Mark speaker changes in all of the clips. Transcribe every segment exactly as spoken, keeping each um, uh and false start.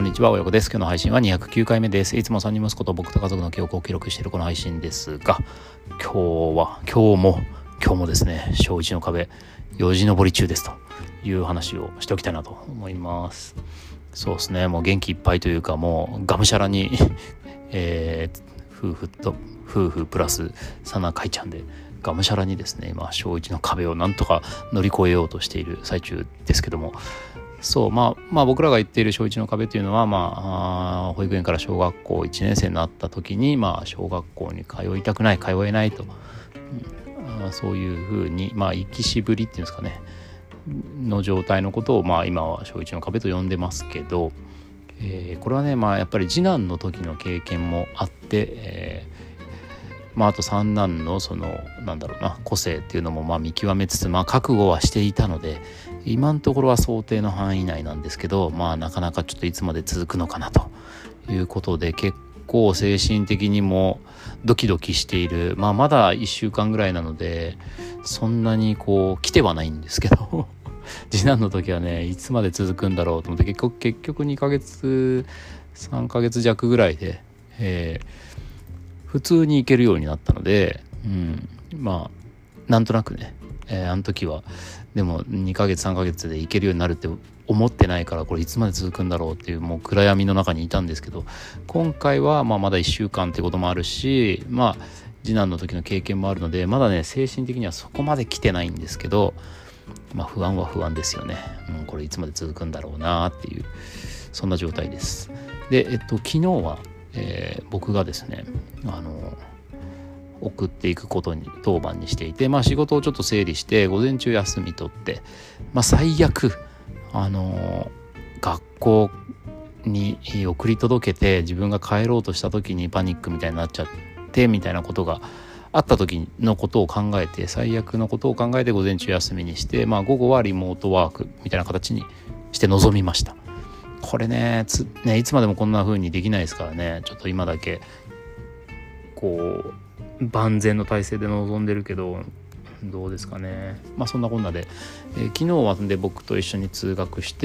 Speaker 1: にちは、親子です。今日の配信はにひゃくきゅうかいめです。いつもさんにん息子と僕と家族の記憶を記録しているこの配信ですが、今日は今日も今日もですね、小いちの壁よじ登り中ですという話をしておきたいなと思います。そうですね、もう元気いっぱいというか、もうがむしゃらに、えー、夫婦と夫婦プラスさなかいちゃんでがむしゃらにですね、今小いちの壁をなんとか乗り越えようとしている最中ですけども、そうまあまあ僕らが言っている小いちの壁というのは、まあ保育園から小学校いちねん生になった時に、まあ小学校に通いたくない通えないと、うん、あそういうふうにまあ行きしぶりっていうんですかねの状態のことを、まあ今は小いちの壁と呼んでますけど、えー、これはねまあやっぱり次男の時の経験もあって、えーまあ、あと三男のそのなんだろうな個性っていうのもまあ見極めつつ、まあ、覚悟はしていたので今のところは想定の範囲内なんですけど、まあなかなかちょっといつまで続くのかなということで、結構精神的にもドキドキしている。まあまだいっしゅうかんぐらいなのでそんなにこう来てはないんですけど次男の時はねいつまで続くんだろうと思って、結局結局にかげつさんかげつじゃくぐらいで、えー普通に行けるようになったので、うん、まあなんとなくね、えー、あの時はでもにかげつさんかげつで行けるようになるって思ってないから、これいつまで続くんだろうっていうもう暗闇の中にいたんですけど、今回はまあまだいっしゅうかんってこともあるし、まあ次男の時の経験もあるのでまだね精神的にはそこまで来てないんですけど、まあ不安は不安ですよね、うん、これいつまで続くんだろうなっていうそんな状態です。で、えっと昨日はえー、僕がですねあの送っていくことに当番にしていて、まあ仕事をちょっと整理して午前中休み取って、まあ最悪あの学校に送り届けて自分が帰ろうとした時にパニックみたいになっちゃってみたいなことがあった時のことを考えて、最悪のことを考えて午前中休みにして、まあ午後はリモートワークみたいな形にして臨みました。これ ね, つねいつまでもこんな風にできないですからね、ちょっと今だけこう万全の体制で臨んでるけどどうですかね。まあそんなこんなで、えー、昨日はで僕と一緒に通学して、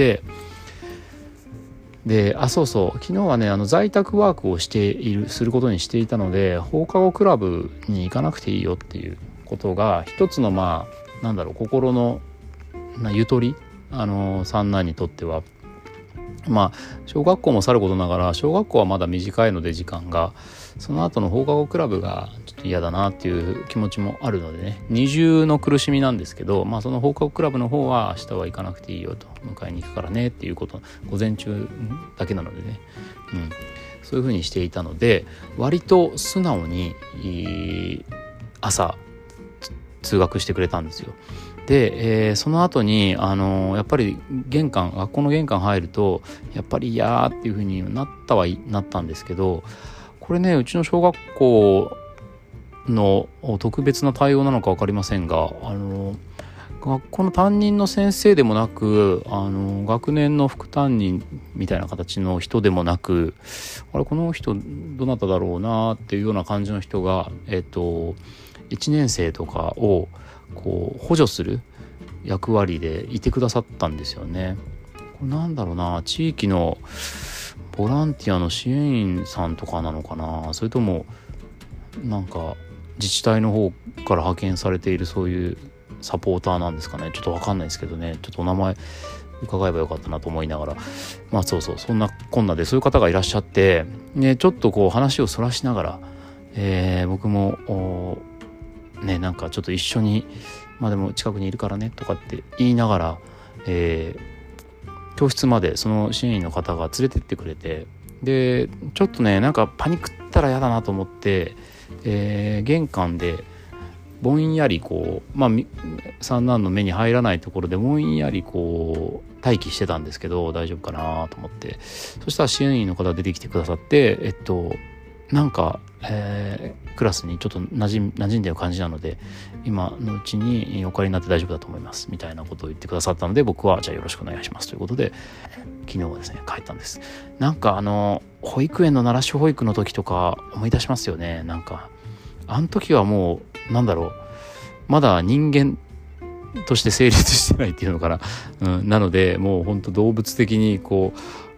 Speaker 1: であそうそう昨日はねあの在宅ワークをしているすることにしていたので、放課後クラブに行かなくていいよっていうことが一つのまあなんだろう心のなゆとり、あの三男にとってはまあ小学校もさることながら小学校はまだ短いので時間が、その後の放課後クラブがちょっと嫌だなっていう気持ちもあるのでね、二重の苦しみなんですけど、まあその放課後クラブの方は明日は行かなくていいよと、迎えに行くからねっていうこと、午前中だけなのでね、うん、そういう風にしていたので割と素直に朝通学してくれたんですよ。で、えー、その後に、あのー、やっぱり玄関学校の玄関入るとやっぱり嫌っていう風になったはなったんですけど、これねうちの小学校の特別な対応なのか分かりませんが、あのー、学校の担任の先生でもなく、あのー、学年の副担任みたいな形の人でもなく、あれこの人どなただろうなっていうような感じの人が、えっといちねん生とかをこう補助する役割でいてくださったんですよね。これなんだろうな、地域のボランティアの支援員さんとかなのかな、それともなんか自治体の方から派遣されているそういうサポーターなんですかね、ちょっと分かんないですけどね、ちょっとお名前伺えばよかったなと思いながら、まあそうそうそんなこんなでそういう方がいらっしゃって、ね、ちょっとこう話をそらしながら、えー、僕もね、なんかちょっと一緒にまあでも近くにいるからねとかって言いながら、えー、教室までその支援員の方が連れてってくれて、でちょっとねなんかパニックったら嫌だなと思って、えー、玄関でぼんやりこうまあ三男の目に入らないところでぼんやりこう待機してたんですけど、大丈夫かなと思って、そしたら支援員の方出てきてくださって、えっとなんか、えー、クラスにちょっと馴染馴染んでる感じなので今のうちにお帰りになって大丈夫だと思いますみたいなことを言ってくださったので、僕はじゃあよろしくお願いしますということで昨日はですね帰ったんです。なんかあの保育園の奈良市保育の時とか思い出しますよね。なんかあの時はもうなんだろうまだ人間として成立してないっていうのかな、うん、なのでもう本当動物的にこう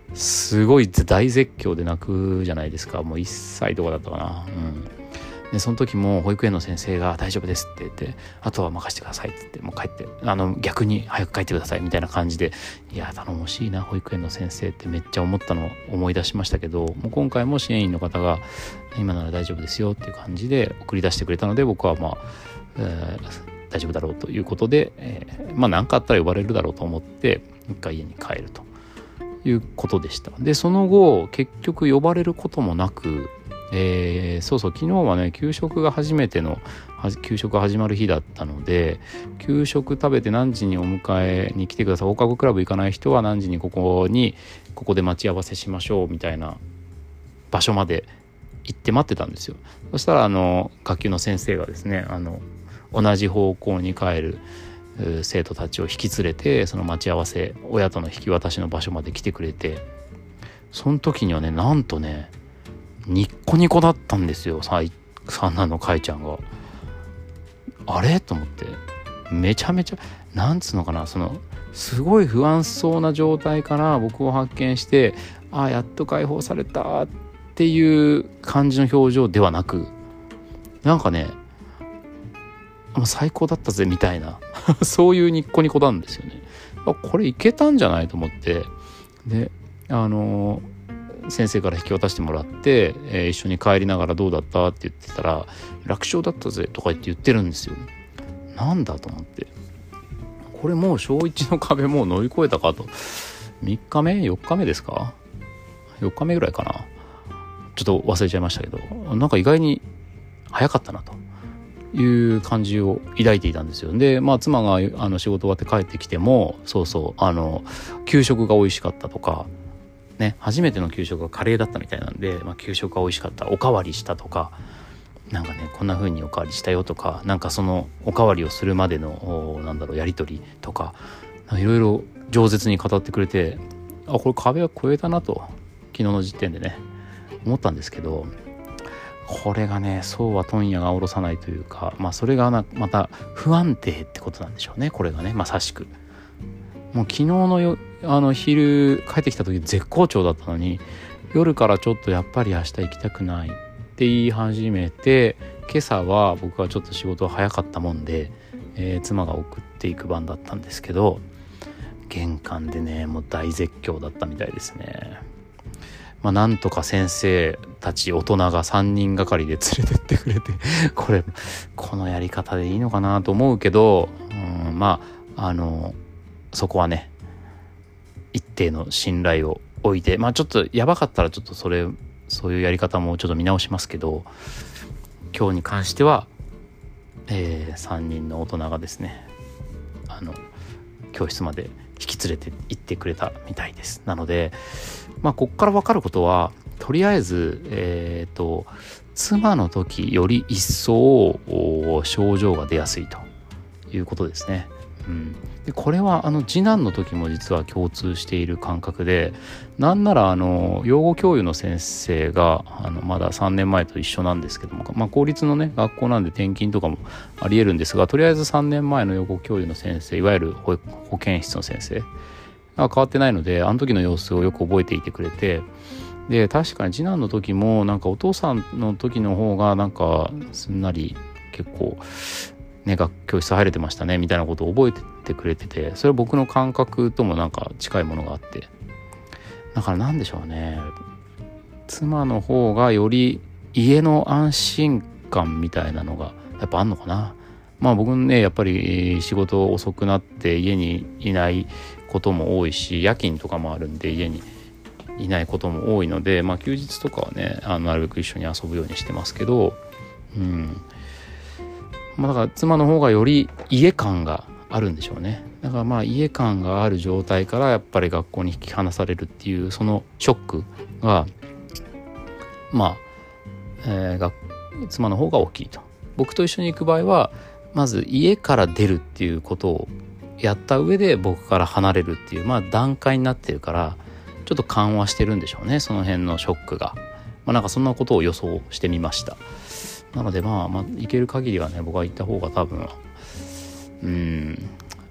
Speaker 1: すごい大絶叫で泣くじゃないですか。もういっさいとかだったかな。うんでその時も保育園の先生が大丈夫ですって言って、あとは任せてくださいって言って、もう帰ってあの逆に早く帰ってくださいみたいな感じで、いや頼もしいな保育園の先生ってめっちゃ思ったのを思い出しましたけど、もう今回も支援員の方が今なら大丈夫ですよっていう感じで送り出してくれたので、僕はまあ、えー、大丈夫だろうということで、えー、まあ何かあったら呼ばれるだろうと思って一回家に帰るということでした。でその後結局呼ばれることもなく、えー、そうそう昨日はね給食が初めての給食が始まる日だったので、給食食べて何時にお迎えに来てください、放課後クラブ行かない人は何時にここにここで待ち合わせしましょうみたいな場所まで行って待ってたんですよ。そしたらあの学級の先生がですね、あの同じ方向に帰る生徒たちを引き連れて、その待ち合わせ親との引き渡しの場所まで来てくれて、その時にはねなんとねニッコニコだったんですよ、三男のかいちゃんが。あれと思って、めちゃめちゃなんつうのかな、そのすごい不安そうな状態から僕を発見して、ああやっと解放されたっていう感じの表情ではなく、なんかねもう最高だったぜみたいなそういうニッコニコなんですよね。あこれいけたんじゃないと思って、であのー先生から引き渡してもらって、えー、一緒に帰りながらどうだったって言ってたら、楽勝だったぜとか言って言ってるんですよ。なんだと思って、これもう小いちの壁もう乗り越えたかと。みっかめよっかめですか、よっかめぐらいかな、ちょっと忘れちゃいましたけど、なんか意外に早かったなという感じを抱いていたんですよ。でまあ妻があの仕事終わって帰ってきても、そうそうあの給食が美味しかったとかね、初めての給食がカレーだったみたいなんで、まあ、給食が美味しかった、おかわりしたとか、なんかねこんな風におかわりしたよとか、なんかそのおかわりをするまでのなんだろうやり取りとか、いろいろ饒舌に語ってくれて、あこれ壁は越えたなと昨日の時点でね思ったんですけど、これがねそうは問屋が下ろさないというか、まあそれがなまた不安定ってことなんでしょうね。これがねまさしくもう昨日のよあの昼帰ってきた時絶好調だったのに、夜からちょっとやっぱり明日行きたくないって言い始めて、今朝は僕はちょっと仕事が早かったもんで、えー、妻が送っていく番だったんですけど、玄関でねもう大絶叫だったみたいですね。まあなんとか先生たち大人がさんにんがかりで連れてってくれてこれこのやり方でいいのかなと思うけど、うん、まああのそこはね一定の信頼を置いて、まあちょっとやばかったらちょっとそれそういうやり方もちょっと見直しますけど、今日に関しては、えー、さんにんの大人がですねあの教室まで引き連れて行ってくれたみたいです。なのでまあこっから分かることは、とりあえずえっと妻の時より一層症状が出やすいということですね。うん、でこれはあの次男の時も実は共通している感覚で、なんならあの養護教諭の先生があのまださんねんまえと一緒なんですけども、まあ、公立のね学校なんで転勤とかもありえるんですが、とりあえずさんねんまえの養護教諭の先生、いわゆる 保, 保健室の先生が変わってないので、あの時の様子をよく覚えていてくれて、で確かに次男の時もなんかお父さんの時の方がなんかすんなり結構ね、学教室入れてましたねみたいなことを覚えててくれてて、それは僕の感覚ともなんか近いものがあって、だからなんでしょうね、妻の方がより家の安心感みたいなのがやっぱあんのかな。まあ僕ねやっぱり仕事遅くなって家にいないことも多いし、夜勤とかもあるんで家にいないことも多いので、まあ休日とかはねあのなるべく一緒に遊ぶようにしてますけど、うんまあ、だから妻の方がより家感があるんでしょうね。だからまあ家感がある状態からやっぱり学校に引き離されるっていうそのショックがまあ、えー、が妻の方が大きいと。僕と一緒に行く場合はまず家から出るっていうことをやった上で僕から離れるっていうまあ段階になってるから、ちょっと緩和してるんでしょうね、その辺のショックが。まあなんかそんなことを予想してみました。なのでまあ、まあ、行ける限りはね僕は行った方が多分うん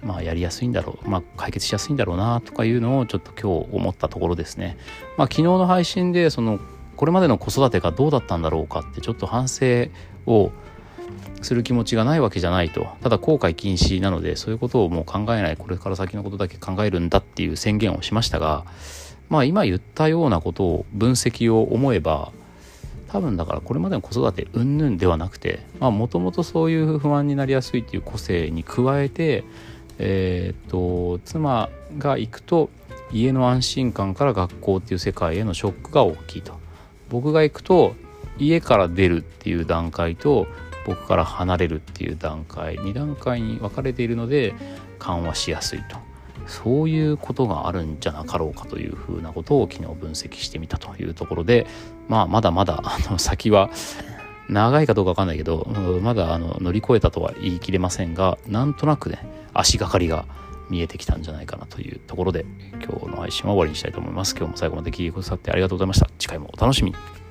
Speaker 1: まあやりやすいんだろう、まあ解決しやすいんだろうなとかいうのをちょっと今日思ったところですね。まあ昨日の配信でそのこれまでの子育てがどうだったんだろうかってちょっと反省をする気持ちがないわけじゃないと。ただ後悔禁止なので、そういうことをもう考えない、これから先のことだけ考えるんだっていう宣言をしましたが、まあ今言ったようなことを分析を思えば、多分だからこれまでの子育て云々ではなくて、まあもともとそういう不安になりやすいっていう個性に加えて、えー、っと妻が行くと家の安心感から学校っていう世界へのショックが大きいと。僕が行くと家から出るっていう段階と僕から離れるっていう段階、に段階に分かれているので緩和しやすいと、そういうことがあるんじゃなかろうかというふうなことを昨日分析してみたというところで、まあまだまだあの先は長いかどうか分かんないけど、まだあの乗り越えたとは言い切れませんが、なんとなくね足がかりが見えてきたんじゃないかなというところで、今日の配信は終わりにしたいと思います。今日も最後まで聞いてくださってありがとうございました。次回もお楽しみに。